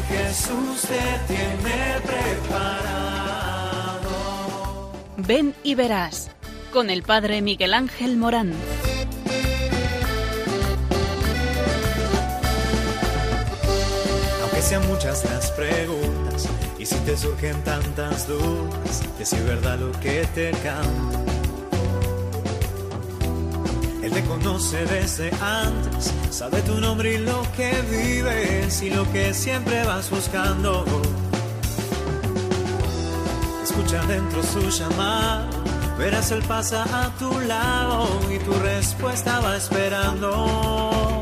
Jesús te tiene preparado. Ven y verás, con el Padre Miguel Ángel Morán. Aunque sean muchas las preguntas y si te surgen tantas dudas de si es verdad lo que te canto, Él te conoce desde antes, sabe tu nombre y lo que vives y lo que siempre vas buscando. Escucha dentro su llamado, verás Él pasa a tu lado y tu respuesta va esperando.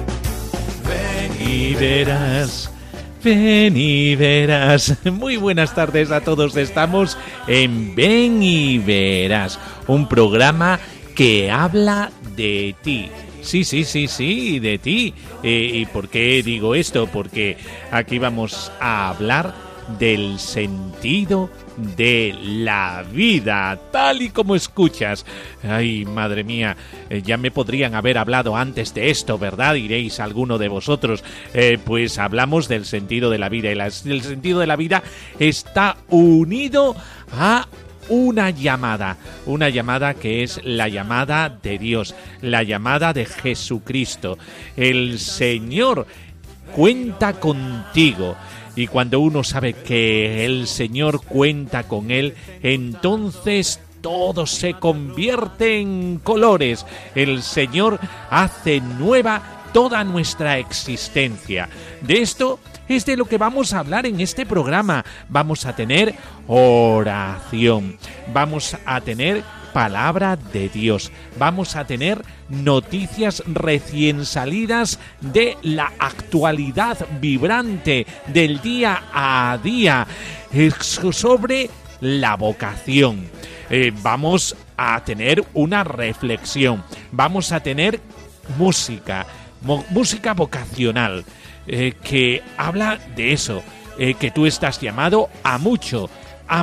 Ven y verás. Ven y verás. Muy buenas tardes a todos. Estamos en Ven y verás, un programa que habla de ti. Sí, de ti. ¿Y por qué digo esto? Porque aquí vamos a hablar del sentido de la vida, tal y como escuchas. Ay, madre mía, ya me podrían haber hablado antes de esto, ¿verdad? Diréis alguno de vosotros. Pues hablamos del sentido de la vida, y el sentido de la vida está unido a una llamada que es la llamada de Dios, la llamada de Jesucristo. El Señor cuenta contigo. Y cuando uno sabe que el Señor cuenta con él, entonces todo se convierte en colores. El Señor hace nueva toda nuestra existencia. De esto es de lo que vamos a hablar en este programa. Vamos a tener oración, vamos a tener palabra de Dios, vamos a tener noticias recién salidas de la actualidad vibrante del día a día sobre la vocación. Vamos a tener una reflexión, vamos a tener música vocacional que habla de eso, que tú estás llamado a mucho, a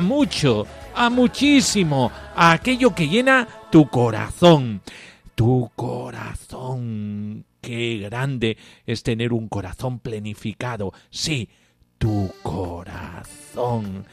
muchísimo, a aquello que llena tu corazón. Tu corazón, qué grande es tener un corazón planificado. Sí, tu corazón.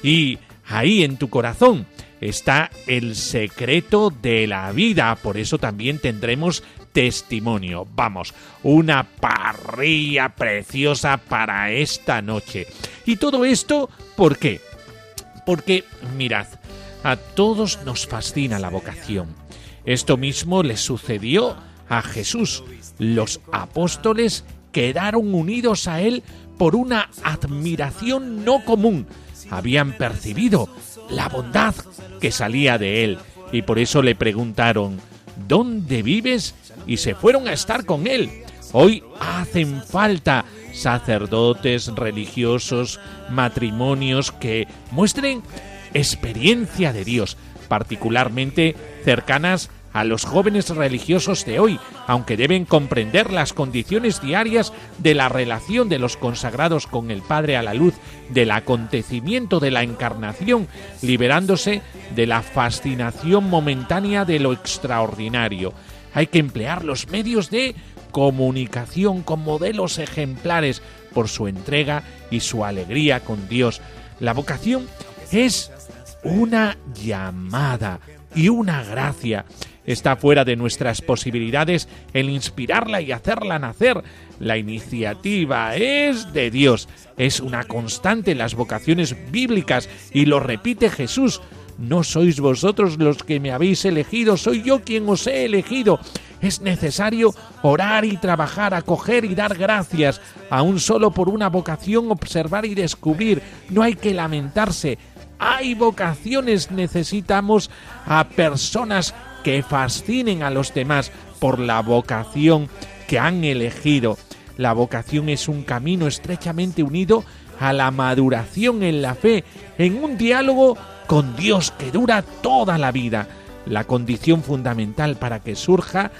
Y ahí en tu corazón está el secreto de la vida. Por eso también tendremos testimonio. Vamos, una parrilla preciosa para esta noche. Y todo esto, ¿por qué? Porque, mirad, a todos nos fascina la vocación. Esto mismo le sucedió a Jesús. Los apóstoles quedaron unidos a él por una admiración no común. Habían percibido la bondad que salía de él y por eso le preguntaron: ¿dónde vives? Y se fueron a estar con él. Hoy hacen falta sacerdotes, religiosos, matrimonios que muestren experiencia de Dios, particularmente cercanas a los jóvenes religiosos de hoy, aunque deben comprender las condiciones diarias de la relación de los consagrados con el Padre a la luz del acontecimiento de la encarnación, liberándose de la fascinación momentánea de lo extraordinario. Hay que emplear los medios de comunicación con modelos ejemplares por su entrega y su alegría con Dios. La vocación es una llamada y una gracia. Está fuera de nuestras posibilidades el inspirarla y hacerla nacer. La iniciativa es de Dios. Es una constante en las vocaciones bíblicas y lo repite Jesús. No sois vosotros los que me habéis elegido, soy yo quien os he elegido. Es necesario orar y trabajar, acoger y dar gracias. Aún solo por una vocación observar y descubrir. No hay que lamentarse. Hay vocaciones, necesitamos a personas que fascinen a los demás por la vocación que han elegido. La vocación es un camino estrechamente unido a la maduración en la fe, en un diálogo con Dios que dura toda la vida. La condición fundamental para que surja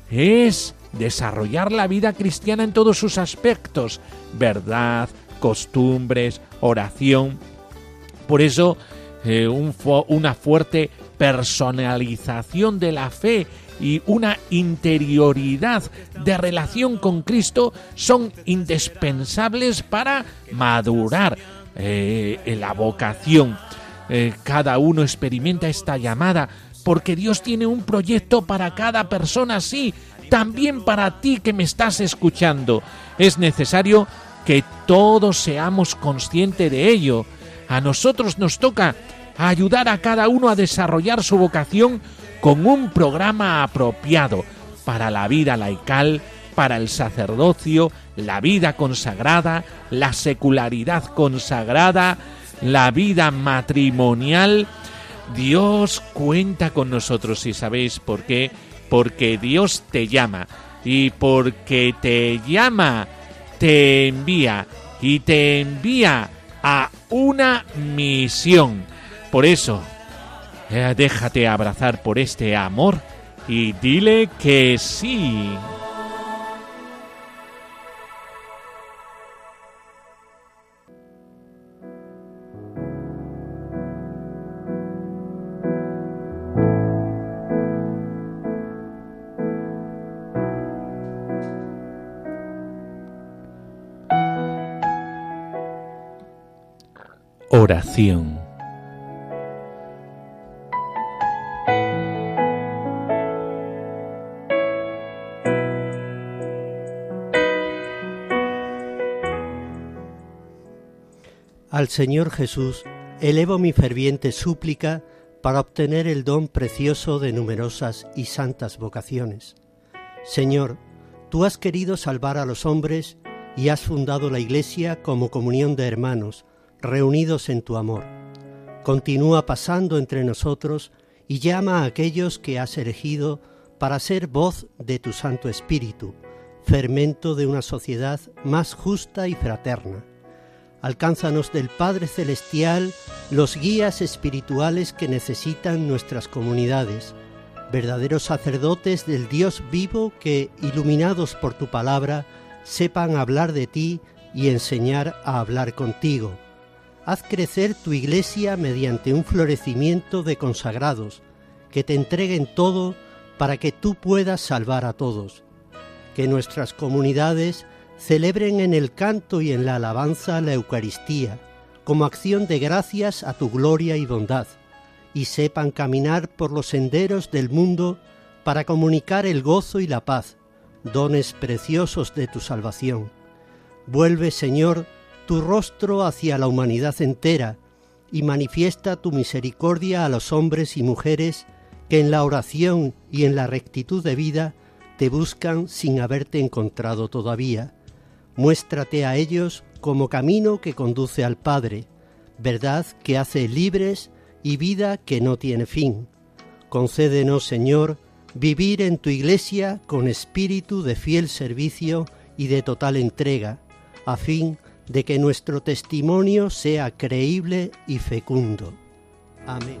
es desarrollar la vida cristiana en todos sus aspectos: verdad, costumbres, oración. Por eso, una fuerte personalización de la fe y una interioridad de relación con Cristo son indispensables para madurar en la vocación. Cada uno experimenta esta llamada porque Dios tiene un proyecto para cada persona, sí, también para ti que me estás escuchando. Es necesario que todos seamos conscientes de ello. A nosotros nos toca ayudar a cada uno a desarrollar su vocación con un programa apropiado para la vida laical, para el sacerdocio, la vida consagrada, la secularidad consagrada, la vida matrimonial. Dios cuenta con nosotros, y ¿sabéis por qué? Porque Dios te llama, y porque te llama, te envía, y te envía a una misión. Por eso, déjate abrazar por este amor y dile que sí. Oración. Al Señor Jesús elevo mi ferviente súplica para obtener el don precioso de numerosas y santas vocaciones. Señor, tú has querido salvar a los hombres y has fundado la Iglesia como comunión de hermanos, reunidos en tu amor. Continúa pasando entre nosotros y llama a aquellos que has elegido para ser voz de tu Santo Espíritu, fermento de una sociedad más justa y fraterna. Alcánzanos del Padre Celestial los guías espirituales que necesitan nuestras comunidades, verdaderos sacerdotes del Dios vivo que, iluminados por tu palabra, sepan hablar de ti y enseñar a hablar contigo. Haz crecer tu Iglesia mediante un florecimiento de consagrados, que te entreguen todo para que tú puedas salvar a todos. Que nuestras comunidades celebren en el canto y en la alabanza la Eucaristía, como acción de gracias a tu gloria y bondad, y sepan caminar por los senderos del mundo para comunicar el gozo y la paz, dones preciosos de tu salvación. Vuelve, Señor, tu rostro hacia la humanidad entera y manifiesta tu misericordia a los hombres y mujeres que en la oración y en la rectitud de vida te buscan sin haberte encontrado todavía. Muéstrate a ellos como camino que conduce al Padre, verdad que hace libres y vida que no tiene fin. Concédenos, Señor, vivir en tu Iglesia con espíritu de fiel servicio y de total entrega, a fin de que nuestro testimonio sea creíble y fecundo. Amén.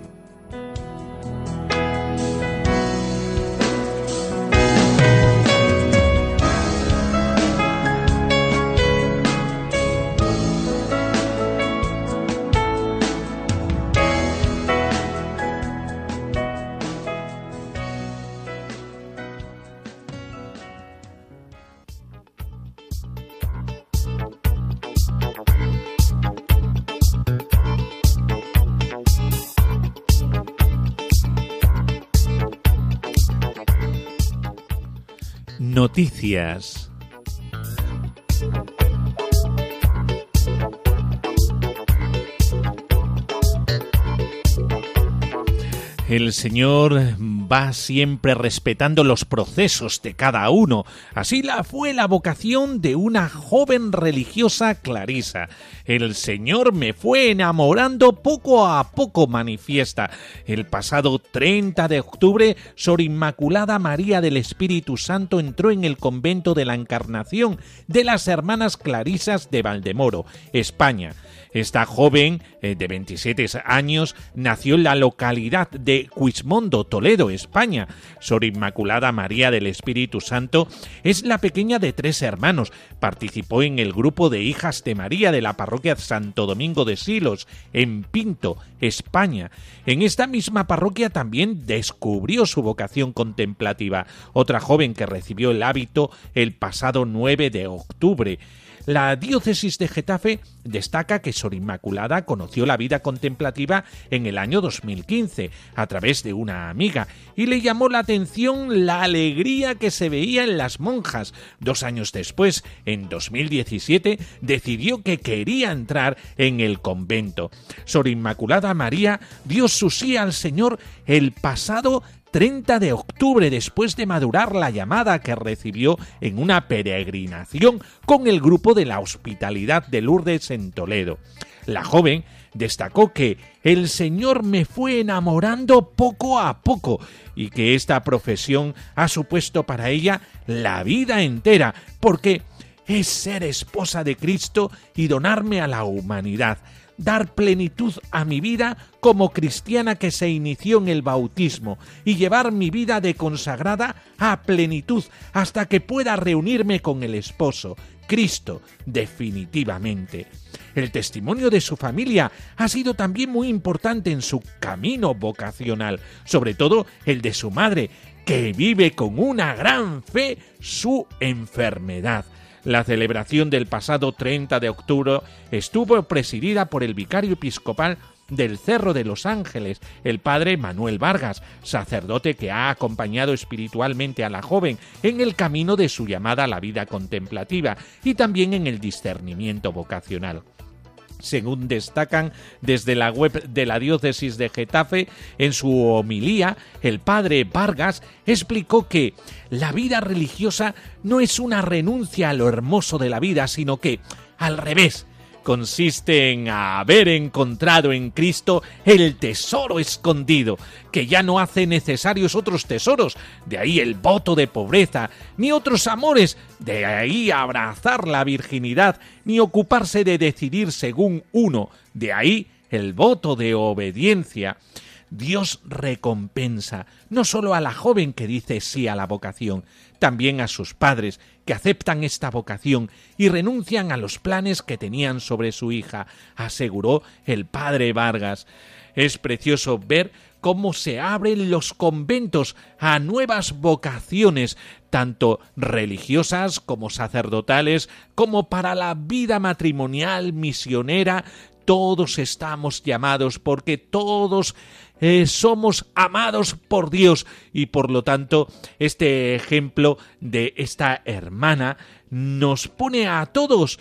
Noticias. El Señor va siempre respetando los procesos de cada uno. Así fue la vocación de una joven religiosa clarisa. El Señor me fue enamorando poco a poco, manifiesta. El pasado 30 de octubre, Sor Inmaculada María del Espíritu Santo entró en el convento de la Encarnación de las Hermanas Clarisas de Valdemoro, España. Esta joven, de 27 años, nació en la localidad de Quismondo, Toledo, España. Sor Inmaculada María del Espíritu Santo es la pequeña de 3 hermanos. Participó en el grupo de Hijas de María de la parroquia Santo Domingo de Silos, en Pinto, España. En esta misma parroquia también descubrió su vocación contemplativa, otra joven que recibió el hábito el pasado 9 de octubre. La diócesis de Getafe destaca que Sor Inmaculada conoció la vida contemplativa en el año 2015 a través de una amiga y le llamó la atención la alegría que se veía en las monjas. 2 años después, en 2017, decidió que quería entrar en el convento. Sor Inmaculada María dio su sí al Señor el pasado 30 de octubre, después de madurar la llamada que recibió en una peregrinación con el grupo de la Hospitalidad de Lourdes en Toledo. La joven destacó que el Señor me fue enamorando poco a poco y que esta profesión ha supuesto para ella la vida entera, porque es ser esposa de Cristo y donarme a la humanidad, dar plenitud a mi vida como cristiana que se inició en el bautismo y llevar mi vida de consagrada a plenitud hasta que pueda reunirme con el esposo, Cristo, definitivamente. El testimonio de su familia ha sido también muy importante en su camino vocacional, sobre todo el de su madre, que vive con una gran fe su enfermedad. La celebración del pasado 30 de octubre estuvo presidida por el vicario episcopal del Cerro de los Ángeles, el padre Manuel Vargas, sacerdote que ha acompañado espiritualmente a la joven en el camino de su llamada a la vida contemplativa y también en el discernimiento vocacional. Según destacan desde la web de la diócesis de Getafe, en su homilía, el padre Vargas explicó que la vida religiosa no es una renuncia a lo hermoso de la vida, sino que, al revés, consiste en haber encontrado en Cristo el tesoro escondido, que ya no hace necesarios otros tesoros, de ahí el voto de pobreza, ni otros amores, de ahí abrazar la virginidad, ni ocuparse de decidir según uno, de ahí el voto de obediencia. Dios recompensa no solo a la joven que dice sí a la vocación, también a sus padres que aceptan esta vocación y renuncian a los planes que tenían sobre su hija, aseguró el padre Vargas. Es precioso ver cómo se abren los conventos a nuevas vocaciones, tanto religiosas como sacerdotales, como para la vida matrimonial, misionera. Todos estamos llamados porque todos somos amados por Dios y por lo tanto este ejemplo de esta hermana nos pone a todos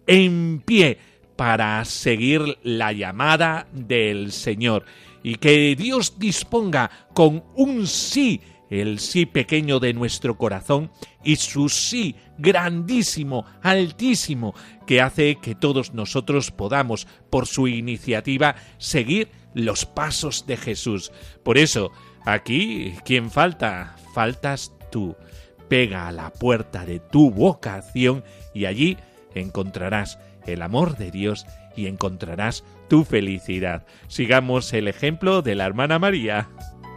en pie para seguir la llamada del Señor y que Dios disponga con un sí, el sí pequeño de nuestro corazón y su sí grandísimo, altísimo, que hace que todos nosotros podamos, por su iniciativa, seguir los pasos de Jesús. Por eso, aquí, ¿quién falta? Faltas tú. Pega a la puerta de tu vocación y allí encontrarás el amor de Dios y encontrarás tu felicidad. Sigamos el ejemplo de la hermana María.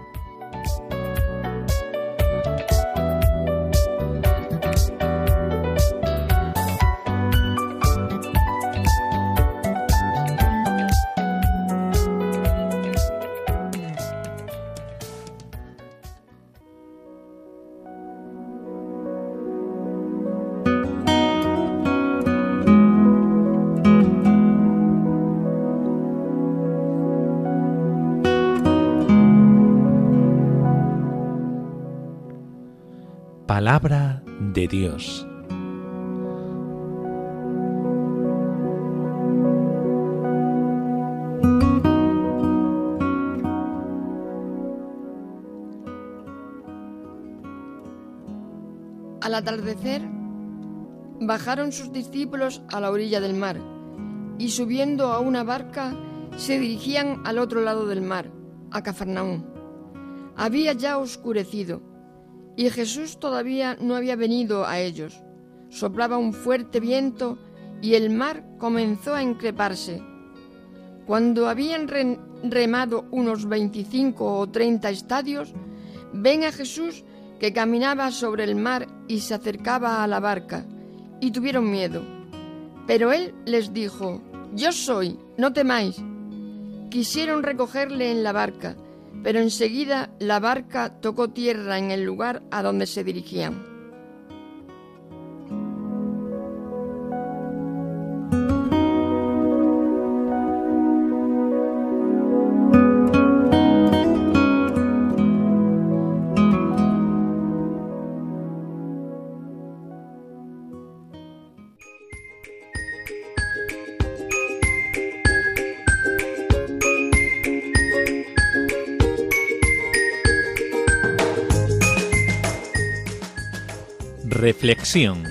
Palabra de Dios. Al atardecer, bajaron sus discípulos a la orilla del mar y subiendo a una barca se dirigían al otro lado del mar, a Cafarnaúm. Había ya oscurecido y Jesús todavía no había venido a ellos. Soplaba un fuerte viento y el mar comenzó a encreparse. Cuando habían remado unos 25 o 30 estadios, ven a Jesús que caminaba sobre el mar y se acercaba a la barca, y tuvieron miedo. Pero él les dijo: «Yo soy, no temáis». Quisieron recogerle en la barca, pero enseguida la barca tocó tierra en el lugar a donde se dirigían. Reflexión.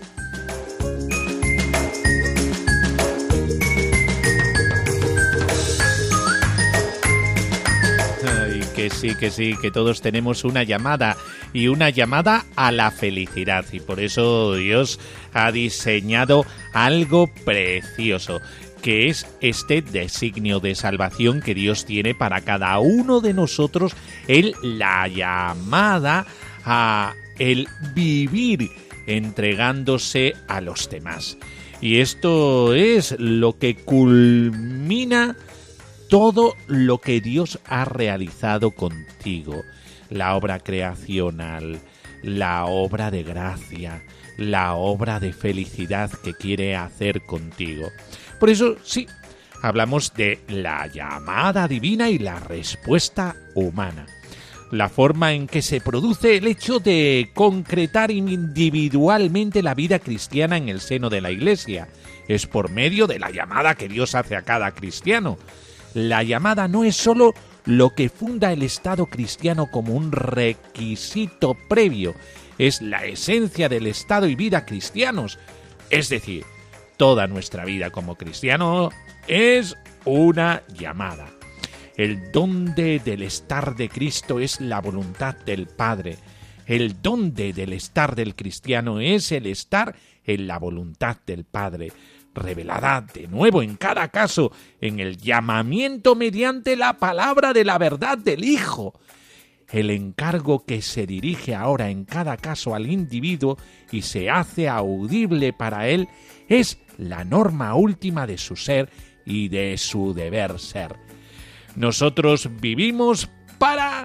Ay, que sí, que todos tenemos una llamada, y una llamada a la felicidad, y por eso Dios ha diseñado algo precioso, que es este designio de salvación que Dios tiene para cada uno de nosotros, la llamada a el vivir entregándose a los demás. Y esto es lo que culmina todo lo que Dios ha realizado contigo. La obra creacional, la obra de gracia, la obra de felicidad que quiere hacer contigo. Por eso, sí, hablamos de la llamada divina y la respuesta humana. La forma en que se produce el hecho de concretar individualmente la vida cristiana en el seno de la Iglesia es por medio de la llamada que Dios hace a cada cristiano. La llamada no es sólo lo que funda el Estado cristiano como un requisito previo, es la esencia del Estado y vida cristianos. Es decir, toda nuestra vida como cristiano es una llamada. El donde del estar de Cristo es la voluntad del Padre. El donde del estar del cristiano es el estar en la voluntad del Padre, revelada de nuevo en cada caso en el llamamiento mediante la palabra de la verdad del Hijo. El encargo que se dirige ahora en cada caso al individuo y se hace audible para él es la norma última de su ser y de su deber ser. Nosotros vivimos para...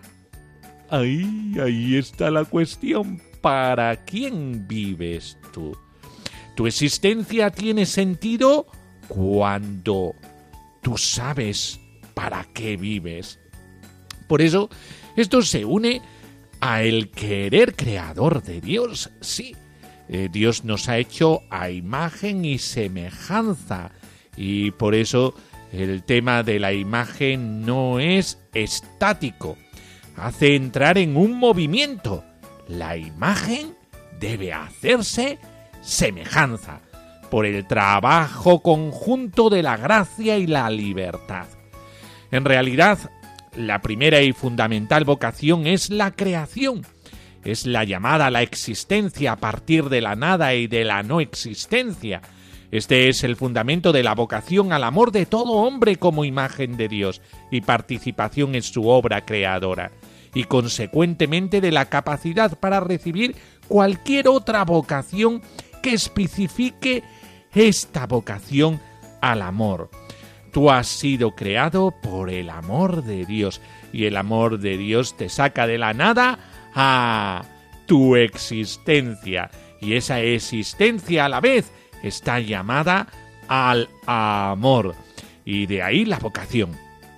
Ahí está la cuestión. ¿Para quién vives tú? Tu existencia tiene sentido cuando tú sabes para qué vives. Por eso, esto se une a el querer creador de Dios. Sí, Dios nos ha hecho a imagen y semejanza, y por eso el tema de la imagen no es estático, hace entrar en un movimiento. La imagen debe hacerse semejanza por el trabajo conjunto de la gracia y la libertad. En realidad, la primera y fundamental vocación es la creación. Es la llamada a la existencia a partir de la nada y de la no existencia. Este es el fundamento de la vocación al amor de todo hombre como imagen de Dios y participación en su obra creadora, y consecuentemente de la capacidad para recibir cualquier otra vocación que especifique esta vocación al amor. Tú has sido creado por el amor de Dios, y el amor de Dios te saca de la nada a tu existencia, y esa existencia a la vez está llamada al amor, y de ahí la vocación.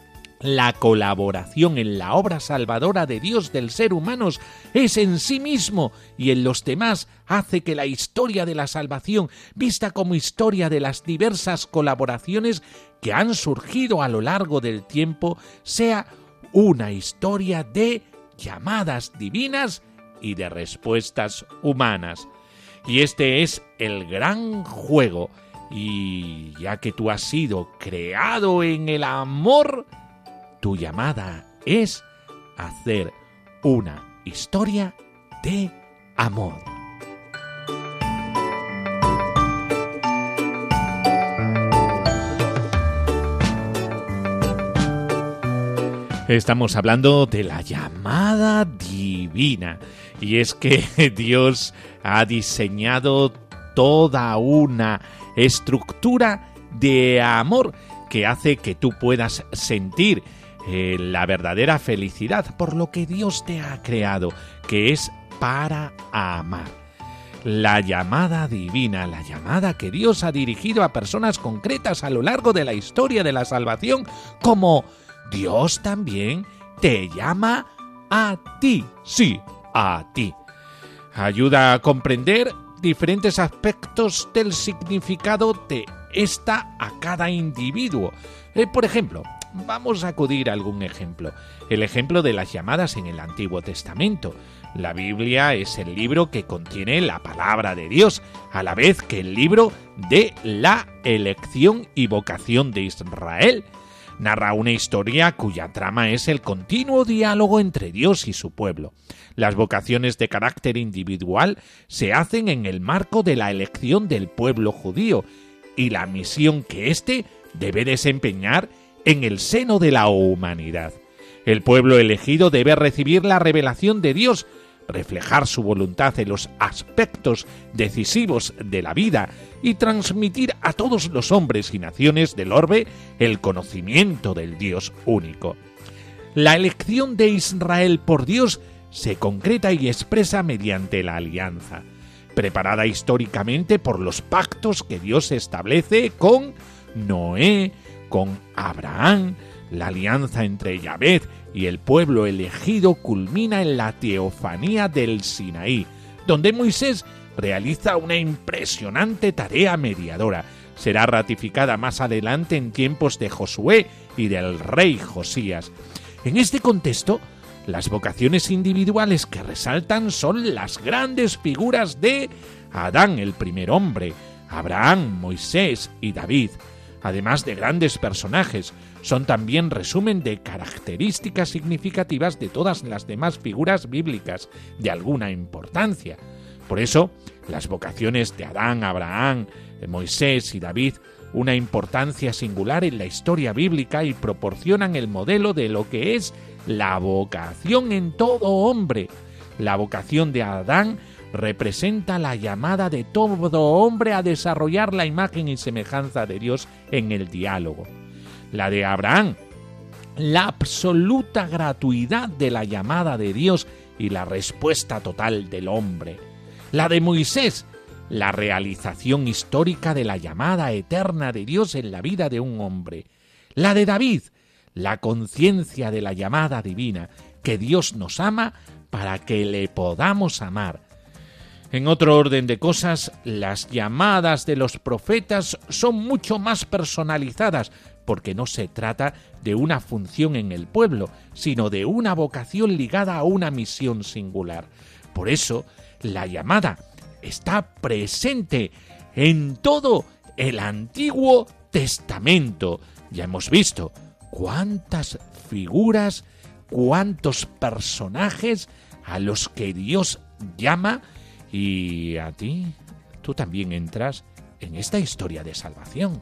La colaboración en la obra salvadora de Dios del ser humano es en sí mismo y en los demás hace que la historia de la salvación, vista como historia de las diversas colaboraciones que han surgido a lo largo del tiempo, sea una historia de llamadas divinas y de respuestas humanas. Y este es el gran juego, y ya que tú has sido creado en el amor, tu llamada es hacer una historia de amor. Estamos hablando de la llamada divina. Y es que Dios ha diseñado toda una estructura de amor que hace que tú puedas sentir la verdadera felicidad por lo que Dios te ha creado, que es para amar. La llamada divina, la llamada que Dios ha dirigido a personas concretas a lo largo de la historia de la salvación, como Dios también te llama a ti, sí, a ti. Ayuda a comprender diferentes aspectos del significado de esta a cada individuo. Por ejemplo, vamos a acudir a algún ejemplo. El ejemplo de las llamadas en el Antiguo Testamento. La Biblia es el libro que contiene la palabra de Dios, a la vez que el libro de la elección y vocación de Israel. Narra una historia cuya trama es el continuo diálogo entre Dios y su pueblo. Las vocaciones de carácter individual se hacen en el marco de la elección del pueblo judío y la misión que éste debe desempeñar en el seno de la humanidad. El pueblo elegido debe recibir la revelación de Dios, reflejar su voluntad en los aspectos decisivos de la vida y transmitir a todos los hombres y naciones del orbe el conocimiento del Dios único. La elección de Israel por Dios se concreta y expresa mediante la alianza, preparada históricamente por los pactos que Dios establece con Noé, con Abraham. La alianza entre Yahvé y el pueblo elegido culmina en la teofanía del Sinaí, donde Moisés realiza una impresionante tarea mediadora. Será ratificada más adelante en tiempos de Josué y del rey Josías. En este contexto, las vocaciones individuales que resaltan son las grandes figuras de Adán, el primer hombre, Abraham, Moisés y David. Además de grandes personajes, son también resumen de características significativas de todas las demás figuras bíblicas de alguna importancia. Por eso, las vocaciones de Adán, Abraham, Moisés y David, una importancia singular en la historia bíblica y proporcionan el modelo de lo que es la vocación en todo hombre. La vocación de Adán representa la llamada de todo hombre a desarrollar la imagen y semejanza de Dios en el diálogo. La de Abraham, la absoluta gratuidad de la llamada de Dios y la respuesta total del hombre. La de Moisés, la realización histórica de la llamada eterna de Dios en la vida de un hombre. La de David, la conciencia de la llamada divina, que Dios nos ama para que le podamos amar. En otro orden de cosas, las llamadas de los profetas son mucho más personalizadas, porque no se trata de una función en el pueblo, sino de una vocación ligada a una misión singular. Por eso, la llamada está presente en todo el Antiguo Testamento. Ya hemos visto cuántas figuras, cuántos personajes a los que Dios llama, y a ti, tú también entras en esta historia de salvación.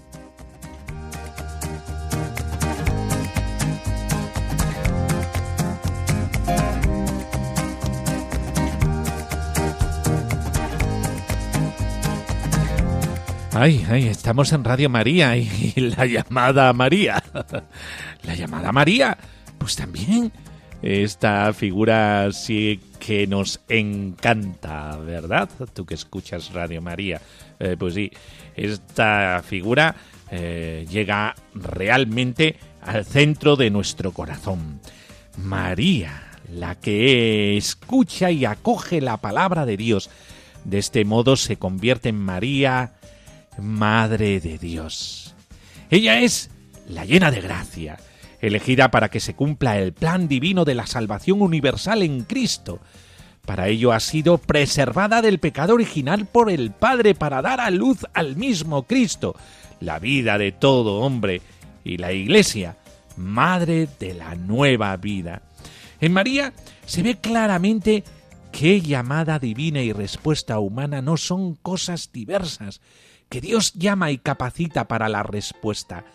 Ay, estamos en Radio María y la llamada a María. La llamada a María, pues también esta figura sí que nos encanta, ¿verdad? Tú que escuchas Radio María. Pues sí, esta figura llega realmente al centro de nuestro corazón. María, la que escucha y acoge la palabra de Dios. De este modo se convierte en María, Madre de Dios. Ella es la llena de gracia, elegida para que se cumpla el plan divino de la salvación universal en Cristo. Para ello ha sido preservada del pecado original por el Padre para dar a luz al mismo Cristo, la vida de todo hombre, y la Iglesia, madre de la nueva vida. En María se ve claramente que llamada divina y respuesta humana no son cosas diversas, que Dios llama y capacita para la respuesta.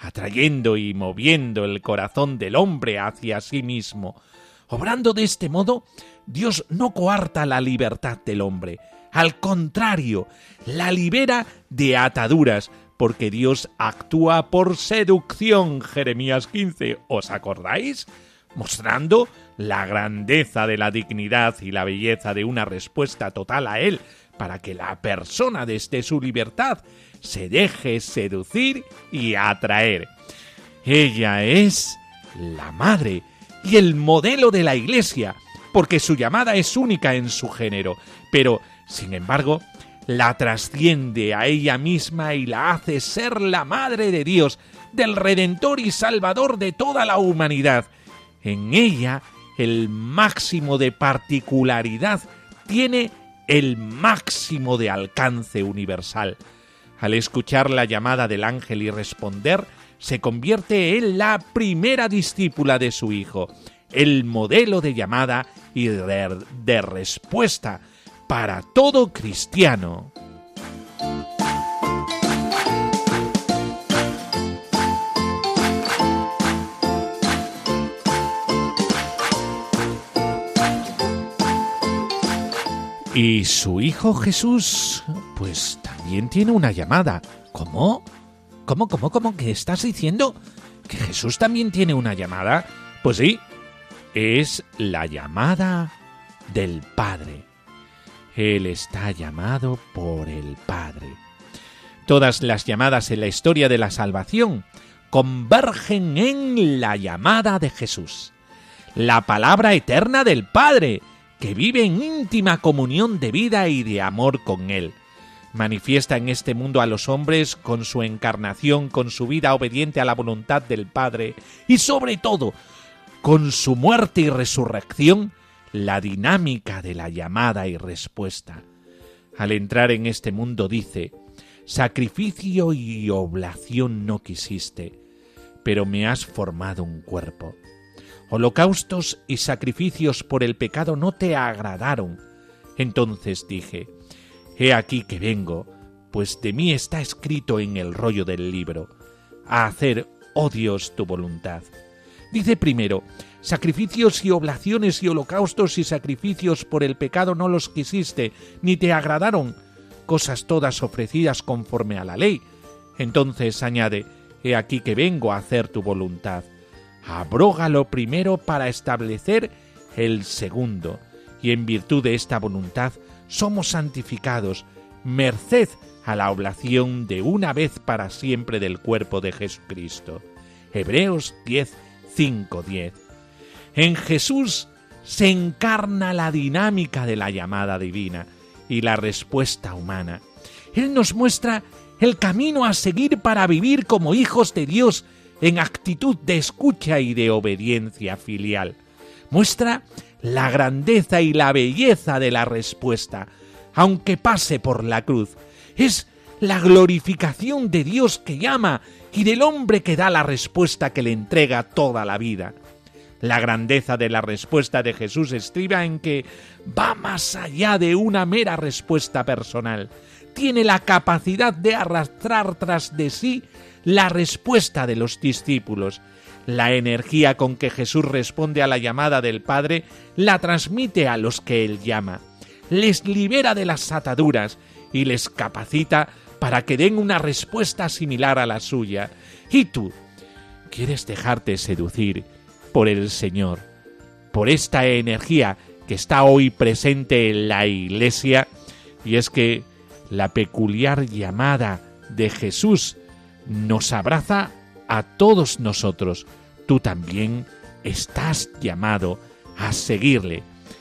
atrayendo y moviendo el corazón del hombre hacia sí mismo. Obrando de este modo, Dios no coarta la libertad del hombre. Al contrario, la libera de ataduras, porque Dios actúa por seducción. Jeremías 15, ¿os acordáis? Mostrando la grandeza de la dignidad y la belleza de una respuesta total a Él, para que la persona desde su libertad se deje seducir y atraer. Ella es la madre y el modelo de la Iglesia, porque su llamada es única en su género, pero, sin embargo, la trasciende a ella misma y la hace ser la Madre de Dios, del Redentor y Salvador de toda la humanidad. En ella, el máximo de particularidad tiene el máximo de alcance universal. Al escuchar la llamada del ángel y responder, se convierte en la primera discípula de su Hijo, el modelo de llamada y de respuesta para todo cristiano. Y su Hijo Jesús, pues también tiene una llamada. ¿Cómo? ¿Cómo? ¿Qué estás diciendo? ¿Que Jesús también tiene una llamada? Pues sí, es la llamada del Padre. Él está llamado por el Padre. Todas las llamadas en la historia de la salvación convergen en la llamada de Jesús, la palabra eterna del Padre, que vive en íntima comunión de vida y de amor con Él. Manifiesta en este mundo a los hombres con su encarnación, con su vida obediente a la voluntad del Padre y, sobre todo, con su muerte y resurrección, la dinámica de la llamada y respuesta. Al entrar en este mundo dice: sacrificio y oblación no quisiste, pero me has formado un cuerpo. Holocaustos y sacrificios por el pecado no te agradaron. Entonces dije: he aquí que vengo, pues de mí está escrito en el rollo del libro, a hacer, oh Dios, tu voluntad. Dice primero: sacrificios y oblaciones y holocaustos y sacrificios por el pecado no los quisiste, ni te agradaron, cosas todas ofrecidas conforme a la ley. Entonces añade: he aquí que vengo a hacer tu voluntad. Abroga lo primero para establecer el segundo, y en virtud de esta voluntad somos santificados, merced a la oblación de una vez para siempre del cuerpo de Jesucristo. Hebreos 10, 5-10. En Jesús se encarna la dinámica de la llamada divina y la respuesta humana. Él nos muestra el camino a seguir para vivir como hijos de Dios en actitud de escucha y de obediencia filial. Muestra la grandeza y la belleza de la respuesta, aunque pase por la cruz. Es la glorificación de Dios que llama y del hombre que da la respuesta que le entrega toda la vida. La grandeza de la respuesta de Jesús estriba en que va más allá de una mera respuesta personal. Tiene la capacidad de arrastrar tras de sí la respuesta de los discípulos. La energía con que Jesús responde a la llamada del Padre la transmite a los que Él llama. Les libera de las ataduras y les capacita para que den una respuesta similar a la suya. ¿Y tú? ¿Quieres dejarte seducir por el Señor, por esta energía que está hoy presente en la Iglesia? Y es que la peculiar llamada de Jesús nos abraza a todos nosotros. Tú también estás llamado a seguirle,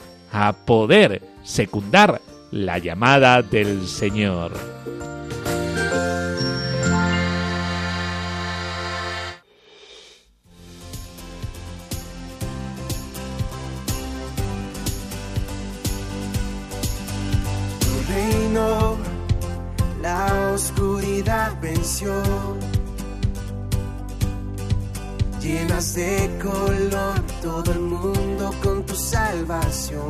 a poder secundar la llamada del Señor. Tu reino, la oscuridad venció. Llenas de color todo el mundo con tu salvación.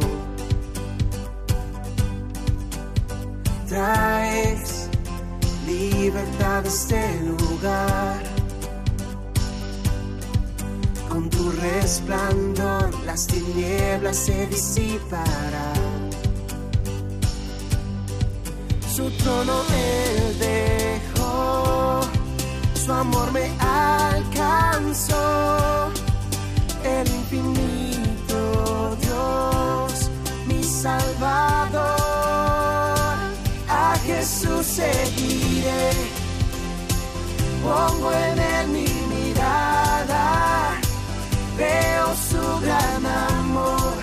Traes libertad a este lugar. resplandor, las tinieblas se disiparán. Su trono Él dejó, su amor me alcanzó. El infinito Dios, mi Salvador. A Jesús seguiré, pongo en Él mi mirada. Veo su gran amor,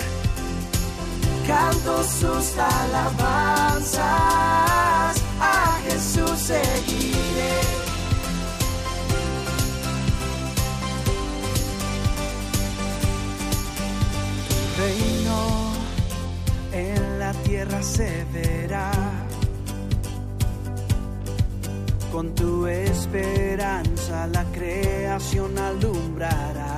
canto sus alabanzas. A Jesús seguiré. Reino en la tierra se verá, con tu esperanza la creación alumbrará.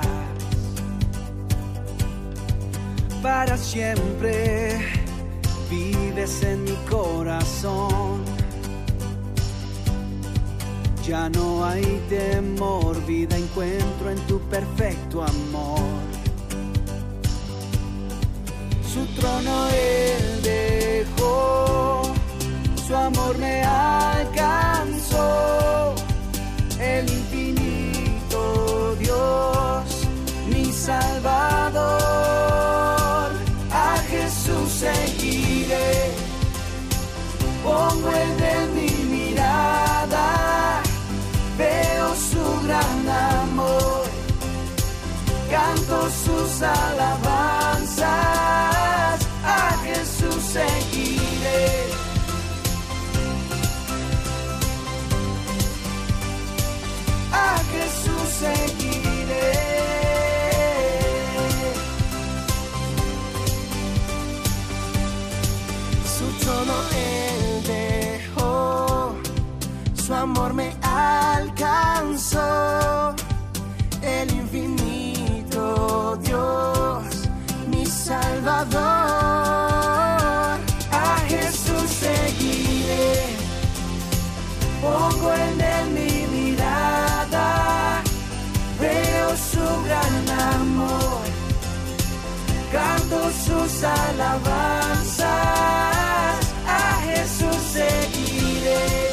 Para siempre vives en mi corazón. Ya no hay temor, vida encuentro en tu perfecto amor. Su trono Él dejó, su amor me alcanzó. El infinito Dios, mi Salvador. A Jesús seguiré, pongo en Él mi mirada. Veo su gran amor, canto sus alabanzas. A Jesús seguiré. A Jesús seguiré. Su trono Él dejó, su amor me alcanzó. El infinito Dios, mi Salvador. A Jesús seguiré, pongo en Él mi mirada. Veo su gran amor, canto sus alabanzas. A Jesús seguiré.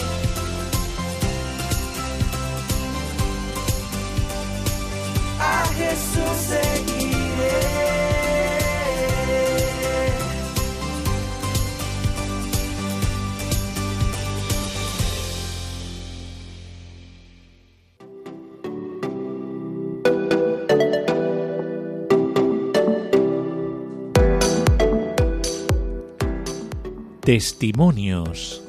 A Jesús seguiré. Testimonios.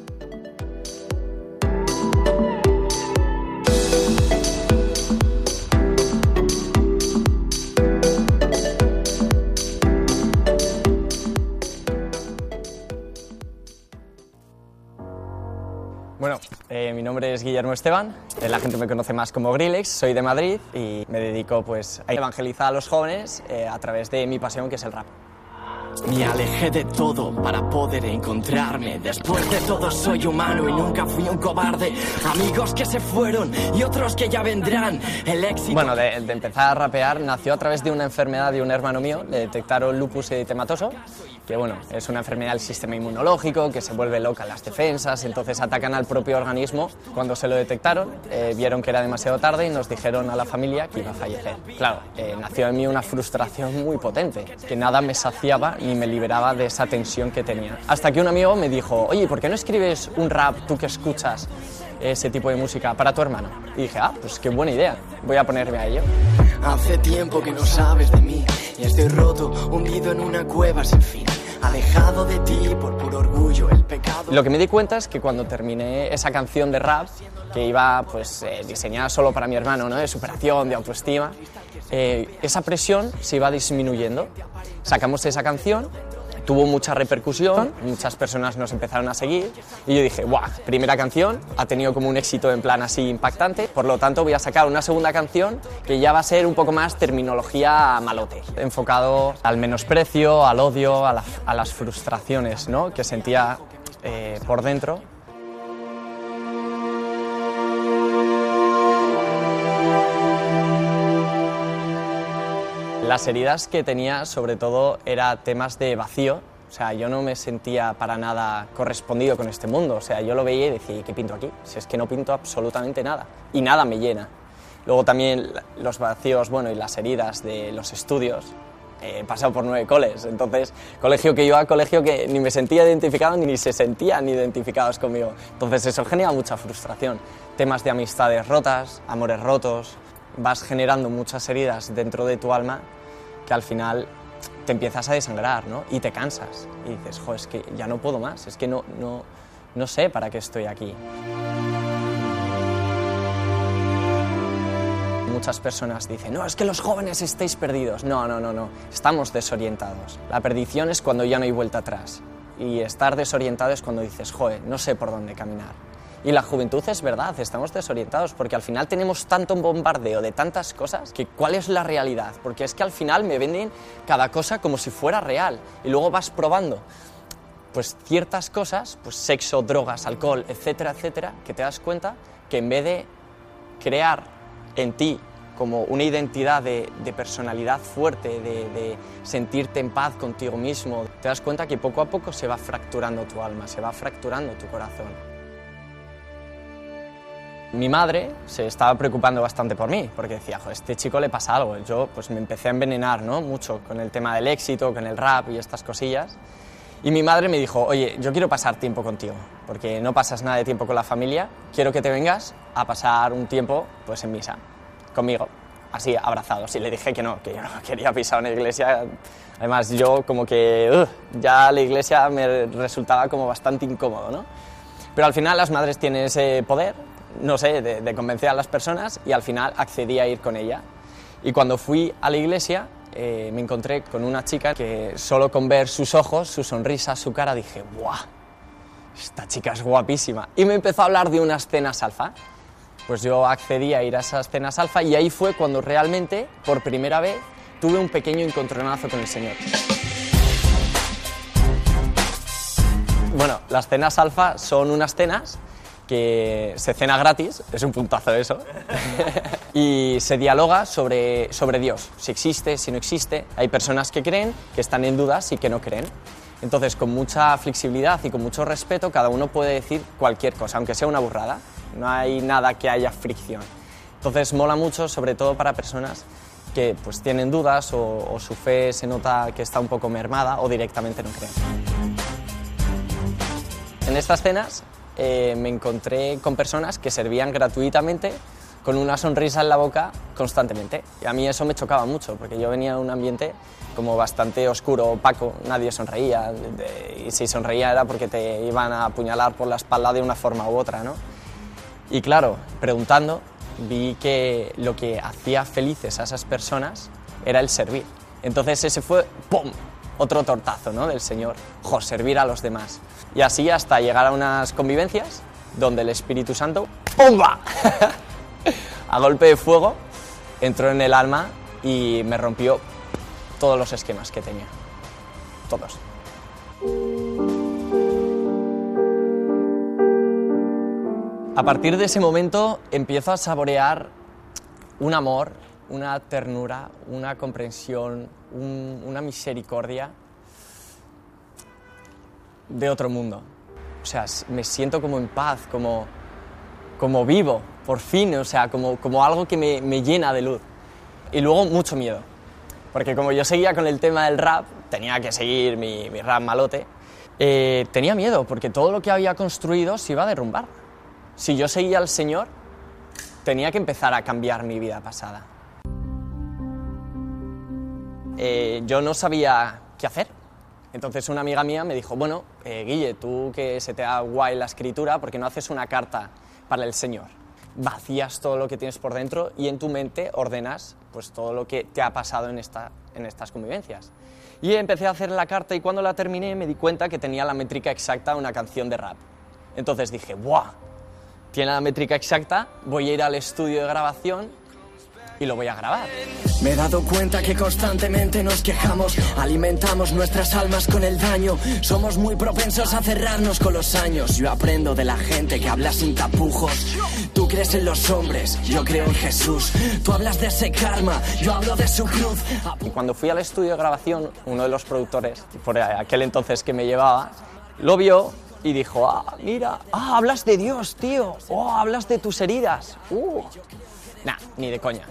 Bueno, mi nombre es Guillermo Esteban, la gente me conoce más como Grillex, soy de Madrid y me dedico pues, a evangelizar a los jóvenes a través de mi pasión, que es el rap. Me alejé de todo para poder encontrarme. Después de todo soy humano y nunca fui un cobarde. Amigos que se fueron y otros que ya vendrán. El éxito... Bueno, de empezar a rapear nació a través de una enfermedad de un hermano mío. Le detectaron lupus eritematoso, que bueno, es una enfermedad del sistema inmunológico, que se vuelve loca las defensas, entonces atacan al propio organismo. Cuando se lo detectaron, vieron que era demasiado tarde y nos dijeron a la familia que iba a fallecer. Claro, nació en mí una frustración muy potente, que nada me saciaba ni me liberaba de esa tensión que tenía. Hasta que un amigo me dijo, oye, ¿por qué no escribes un rap, tú que escuchas ese tipo de música, para tu hermano? Y dije, pues qué buena idea, voy a ponerme a ello. Hace tiempo que no sabes de mí y estoy roto, hundido en una cueva sin fin. Alejado de ti por puro orgullo, el pecado... Lo que me di cuenta es que cuando terminé esa canción de rap, que iba pues diseñada solo para mi hermano, ¿no? De superación, de autoestima, esa presión se iba disminuyendo. Sacamos esa canción, tuvo mucha repercusión, muchas personas nos empezaron a seguir y yo dije, ¡buah! Primera canción, ha tenido como un éxito en plan así impactante, por lo tanto voy a sacar una segunda canción que ya va a ser un poco más terminología malote, enfocado al menosprecio, al odio, a las frustraciones, ¿no? Que sentía por dentro. Las heridas que tenía, sobre todo, eran temas de vacío. O sea, yo no me sentía para nada correspondido con este mundo. O sea, yo lo veía y decía, ¿qué pinto aquí? Si es que no pinto absolutamente nada. Y nada me llena. Luego también los vacíos, bueno, y las heridas de los estudios. He pasado por 9 coles, entonces, colegio que ni me sentía identificado ni se sentían identificados conmigo. Entonces eso genera mucha frustración. Temas de amistades rotas, amores rotos, vas generando muchas heridas dentro de tu alma que al final te empiezas a desangrar, ¿no? Y te cansas y dices, jo, es que ya no puedo más, es que no sé para qué estoy aquí. Muchas personas dicen, no, es que los jóvenes estáis perdidos. No, estamos desorientados. La perdición es cuando ya no hay vuelta atrás. Y estar desorientado es cuando dices, joder, no sé por dónde caminar. Y la juventud es verdad, estamos desorientados, porque al final tenemos tanto bombardeo de tantas cosas que ¿cuál es la realidad? Porque es que al final me venden cada cosa como si fuera real. Y luego vas probando pues ciertas cosas, pues sexo, drogas, alcohol, etcétera, etcétera, que te das cuenta que en vez de crear en ti como una identidad de personalidad fuerte, de sentirte en paz contigo mismo, te das cuenta que poco a poco se va fracturando tu alma, se va fracturando tu corazón. Mi madre se estaba preocupando bastante por mí, porque decía, joder, a este chico le pasa algo. Yo pues me empecé a envenenar, ¿no? Mucho con el tema del éxito, con el rap y estas cosillas. Y mi madre me dijo, oye, yo quiero pasar tiempo contigo, porque no pasas nada de tiempo con la familia, quiero que te vengas a pasar un tiempo pues en misa, conmigo, así abrazados. Y le dije que yo no quería pisar una iglesia. Además yo como que ya la iglesia me resultaba como bastante incómodo, ¿no? Pero al final las madres tienen ese poder, no sé, de convencer a las personas, y al final accedí a ir con ella. Y cuando fui a la iglesia me encontré con una chica que solo con ver sus ojos, su sonrisa, su cara, dije, ¡buah! Esta chica es guapísima. Y me empezó a hablar de unas cenas alfa. Pues yo accedí a ir a esas cenas alfa y ahí fue cuando realmente, por primera vez, tuve un pequeño encontronazo con el Señor. Bueno, las cenas alfa son unas cenas que se cena gratis, es un puntazo eso, y se dialoga sobre Dios, si existe, si no existe. Hay personas que creen, que están en dudas y que no creen. Entonces, con mucha flexibilidad y con mucho respeto, cada uno puede decir cualquier cosa, aunque sea una burrada. No hay nada que haya fricción. Entonces, mola mucho, sobre todo para personas que pues, tienen dudas o su fe se nota que está un poco mermada o directamente no creen. En estas cenas me encontré con personas que servían gratuitamente con una sonrisa en la boca constantemente. Y a mí eso me chocaba mucho, porque yo venía de un ambiente como bastante oscuro, opaco, nadie sonreía, y si sonreía era porque te iban a apuñalar por la espalda de una forma u otra, ¿no? Y claro, preguntando, vi que lo que hacía felices a esas personas era el servir. Entonces ese fue, ¡pum!, otro tortazo, ¿no?, del Señor, servir a los demás. Y así hasta llegar a unas convivencias donde el Espíritu Santo, ¡pumba!, a golpe de fuego, entró en el alma y me rompió todos los esquemas que tenía. Todos. A partir de ese momento empiezo a saborear un amor, una ternura, una comprensión, una misericordia de otro mundo. O sea, me siento como en paz, como vivo, por fin, o sea, como algo que me llena de luz. Y luego mucho miedo, porque como yo seguía con el tema del rap, tenía que seguir mi rap malote, tenía miedo, porque todo lo que había construido se iba a derrumbar. Si yo seguía al Señor, tenía que empezar a cambiar mi vida pasada. Yo no sabía qué hacer. Entonces una amiga mía me dijo, bueno, Guille, tú que se te da guay la escritura, ¿por qué no haces una carta para el Señor? Vacías todo lo que tienes por dentro y en tu mente ordenas pues, todo lo que te ha pasado en estas convivencias. Y empecé a hacer la carta y cuando la terminé me di cuenta que tenía la métrica exacta de una canción de rap. Entonces dije, ¡buah! Tiene la métrica exacta, voy a ir al estudio de grabación y lo voy a grabar. Me he dado cuenta que constantemente nos quejamos, alimentamos nuestras almas con el daño, somos muy propensos a cerrarnos con los años. Yo aprendo de la gente que habla sin tapujos. Tú crees en los hombres, yo creo en Jesús. Tú hablas de ese karma, yo hablo de su cruz. Y cuando fui al estudio de grabación, uno de los productores, por aquel entonces que me llevaba, lo vio y dijo, mira, hablas de Dios, tío, hablas de tus heridas. Nah, ni de coña.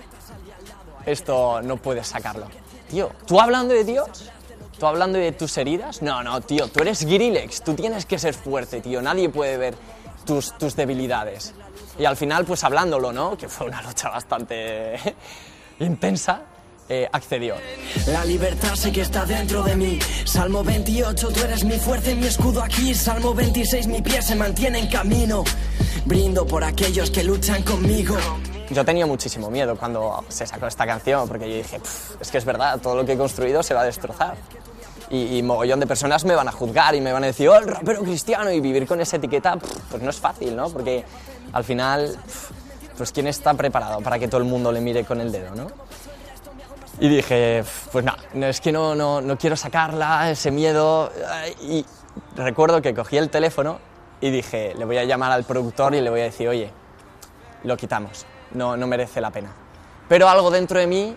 Esto no puedes sacarlo. Tío, ¿tú hablando de Dios? ¿Tú hablando de tus heridas? No, tío, tú eres Skrillex, tú tienes que ser fuerte, tío, nadie puede ver tus debilidades. Y al final, pues hablándolo, ¿no? Que fue una lucha bastante intensa. Accedió. La libertad sé que está dentro de mí. Salmo 28, tú eres mi fuerza y mi escudo aquí. Salmo 26, mi pie se mantiene en camino. Brindo por aquellos que luchan conmigo. Yo tenía muchísimo miedo cuando se sacó esta canción, porque yo dije, es que es verdad, todo lo que he construido se va a destrozar. Y mogollón de personas me van a juzgar y me van a decir, el rapero cristiano, y vivir con esa etiqueta, pues no es fácil, ¿no? Porque al final, pues ¿quién está preparado para que todo el mundo le mire con el dedo, no? Y dije, pues no, es que no quiero sacarla, ese miedo. Y recuerdo que cogí el teléfono y dije, le voy a llamar al productor y le voy a decir, oye, lo quitamos, no merece la pena. Pero algo dentro de mí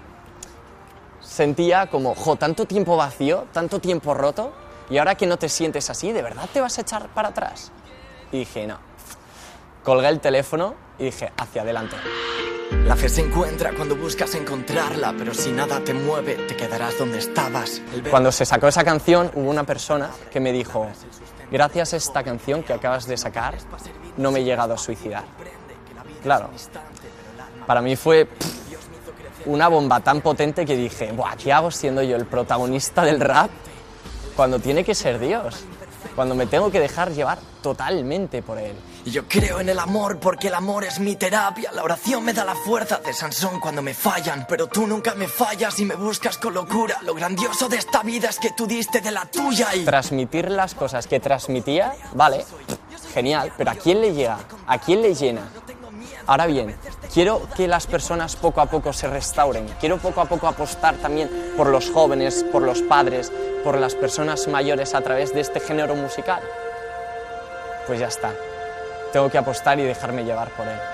sentía como, tanto tiempo vacío, tanto tiempo roto, y ahora que no te sientes así, ¿de verdad te vas a echar para atrás? Y dije, no. Colgué el teléfono y dije, hacia adelante. La fe se encuentra cuando buscas encontrarla, pero si nada te mueve, te quedarás donde estabas. Cuando se sacó esa canción, hubo una persona que me dijo, gracias a esta canción que acabas de sacar, no me he llegado a suicidar. Claro, para mí fue una bomba tan potente que dije, ¿qué hago siendo yo el protagonista del rap cuando tiene que ser Dios? Cuando me tengo que dejar llevar totalmente por él. Y yo creo en el amor porque el amor es mi terapia. La oración me da la fuerza de Sansón cuando me fallan. Pero tú nunca me fallas y me buscas con locura. Lo grandioso de esta vida es que tú diste de la tuya y... Transmitir las cosas que transmitía, vale, genial, pero ¿a quién le llega? ¿A quién le llena? Ahora bien, quiero que las personas poco a poco se restauren. Quiero poco a poco apostar también por los jóvenes, por los padres, por las personas mayores a través de este género musical. Pues ya está. Tengo que apostar y dejarme llevar por él.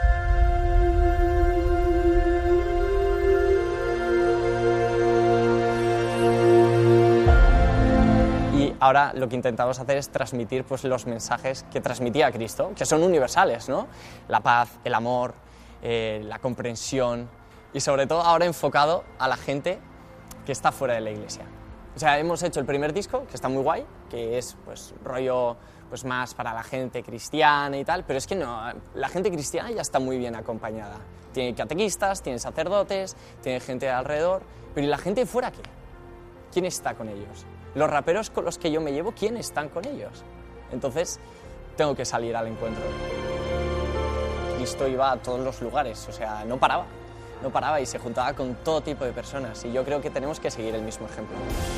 Y ahora lo que intentamos hacer es transmitir pues, los mensajes que transmitía Cristo, que son universales, ¿no? La paz, el amor, la comprensión y sobre todo ahora enfocado a la gente que está fuera de la iglesia. O sea, hemos hecho el primer disco, que está muy guay, que es pues rollo pues más para la gente cristiana y tal, pero es que no, la gente cristiana ya está muy bien acompañada. Tiene catequistas, tiene sacerdotes, tiene gente alrededor, pero ¿y la gente de fuera qué? ¿Quién está con ellos? Los raperos con los que yo me llevo, ¿quién están con ellos? Entonces, tengo que salir al encuentro. Cristo iba a todos los lugares, o sea, no paraba y se juntaba con todo tipo de personas, y yo creo que tenemos que seguir el mismo ejemplo.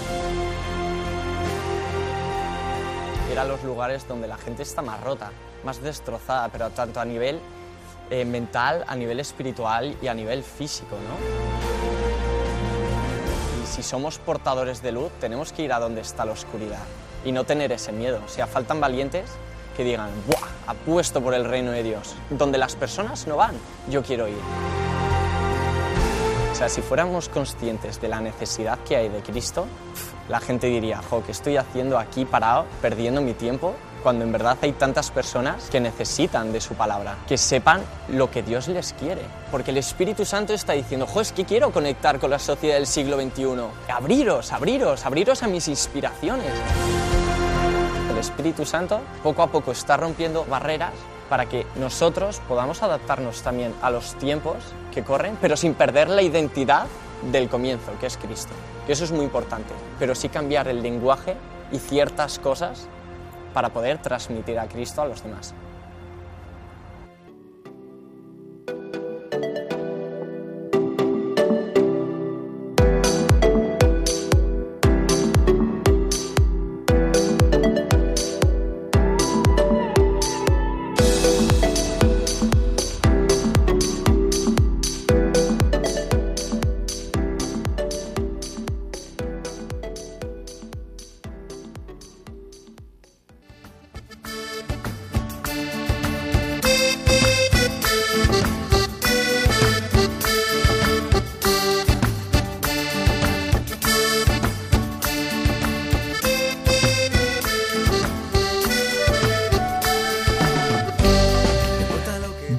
Ir a los lugares donde la gente está más rota, más destrozada, pero tanto a nivel mental, a nivel espiritual y a nivel físico, ¿no? Y si somos portadores de luz, tenemos que ir a donde está la oscuridad y no tener ese miedo. O sea, faltan valientes que digan, ¡buah! Apuesto por el reino de Dios. Donde las personas no van, yo quiero ir. O sea, si fuéramos conscientes de la necesidad que hay de Cristo, la gente diría, ¿qué estoy haciendo aquí parado, perdiendo mi tiempo? Cuando en verdad hay tantas personas que necesitan de su palabra, que sepan lo que Dios les quiere. Porque el Espíritu Santo está diciendo, es que quiero conectar con la sociedad del siglo XXI. Abriros a mis inspiraciones. El Espíritu Santo poco a poco está rompiendo barreras para que nosotros podamos adaptarnos también a los tiempos que corren, pero sin perder la identidad del comienzo, que es Cristo. Que eso es muy importante, pero sí cambiar el lenguaje y ciertas cosas para poder transmitir a Cristo a los demás.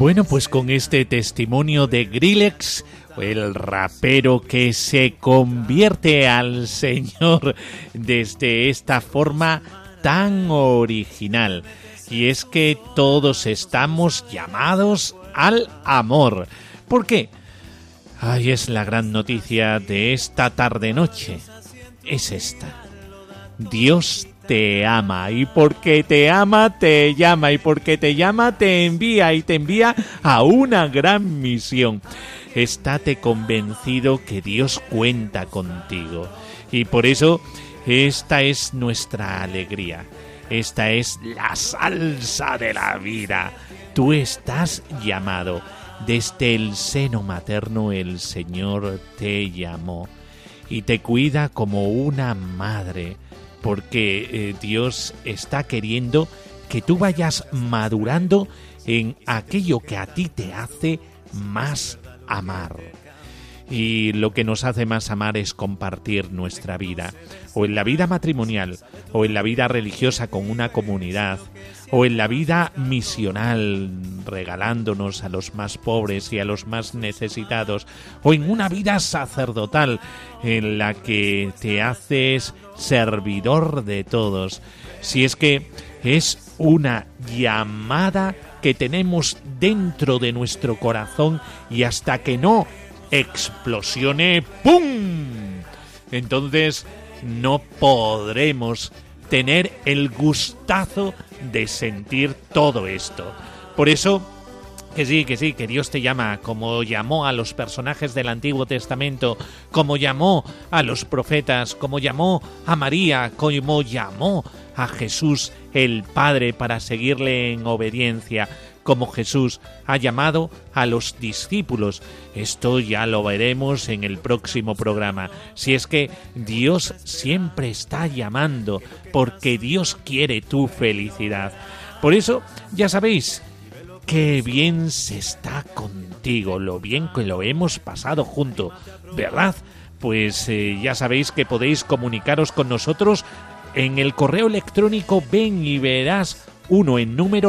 Bueno, pues con este testimonio de Grillex, el rapero que se convierte al Señor desde esta forma tan original. Y es que todos estamos llamados al amor. ¿Por qué? Ay, es la gran noticia de esta tarde-noche. Es esta. Dios te ama, y porque te ama te llama, y porque te llama te envía, y te envía a una gran misión. Estate convencido que Dios cuenta contigo, y por eso esta es nuestra alegría. Esta es la salsa de la vida. Tú estás llamado. Desde el seno materno el Señor te llamó y te cuida como una madre, porque Dios está queriendo que tú vayas madurando en aquello que a ti te hace más amar. Y lo que nos hace más amar es compartir nuestra vida, o en la vida matrimonial, o en la vida religiosa con una comunidad, o en la vida misional, regalándonos a los más pobres y a los más necesitados, o en una vida sacerdotal en la que te haces servidor de todos. Si es que es una llamada que tenemos dentro de nuestro corazón, y hasta que no explosione, ¡pum!, entonces no podremos tener el gustazo de sentir todo esto. Por eso, que sí, que Dios te llama, como llamó a los personajes del Antiguo Testamento, como llamó a los profetas, como llamó a María, como llamó a Jesús el Padre para seguirle en obediencia, como Jesús ha llamado a los discípulos. Esto ya lo veremos en el próximo programa. Si es que Dios siempre está llamando, porque Dios quiere tu felicidad. Por eso, ya sabéis, qué bien se está contigo, lo bien que lo hemos pasado junto, ¿verdad? Pues ya sabéis que podéis comunicaros con nosotros en el correo electrónico ven y verás 1 en número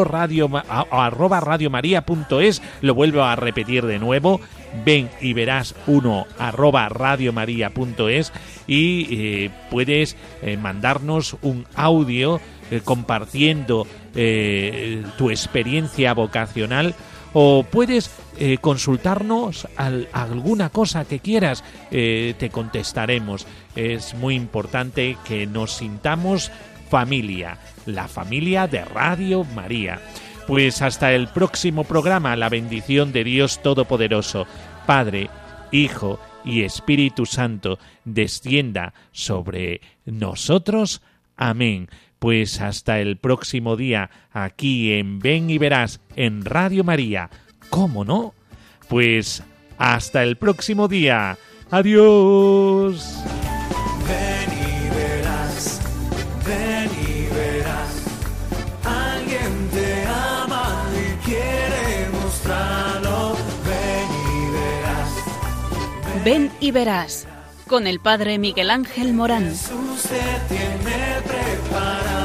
@radiomaria.es. Lo vuelvo a repetir de nuevo, ven y verás 1 @radiomaria.es, y puedes mandarnos un audio compartiendo tu experiencia vocacional, o puedes consultarnos alguna cosa que quieras, te contestaremos. Es muy importante que nos sintamos familia, la familia de Radio María. Pues hasta el próximo programa, la bendición de Dios Todopoderoso, Padre, Hijo y Espíritu Santo, descienda sobre nosotros. Amén. Pues hasta el próximo día, aquí en Ven y Verás, en Radio María. ¿Cómo no? Pues hasta el próximo día. Adiós. Ven y verás, ven y verás. Alguien te ama y quiere mostrarlo. Ven y verás. Ven y verás, con el Padre Miguel Ángel Morán. Jesús te tiene preparado.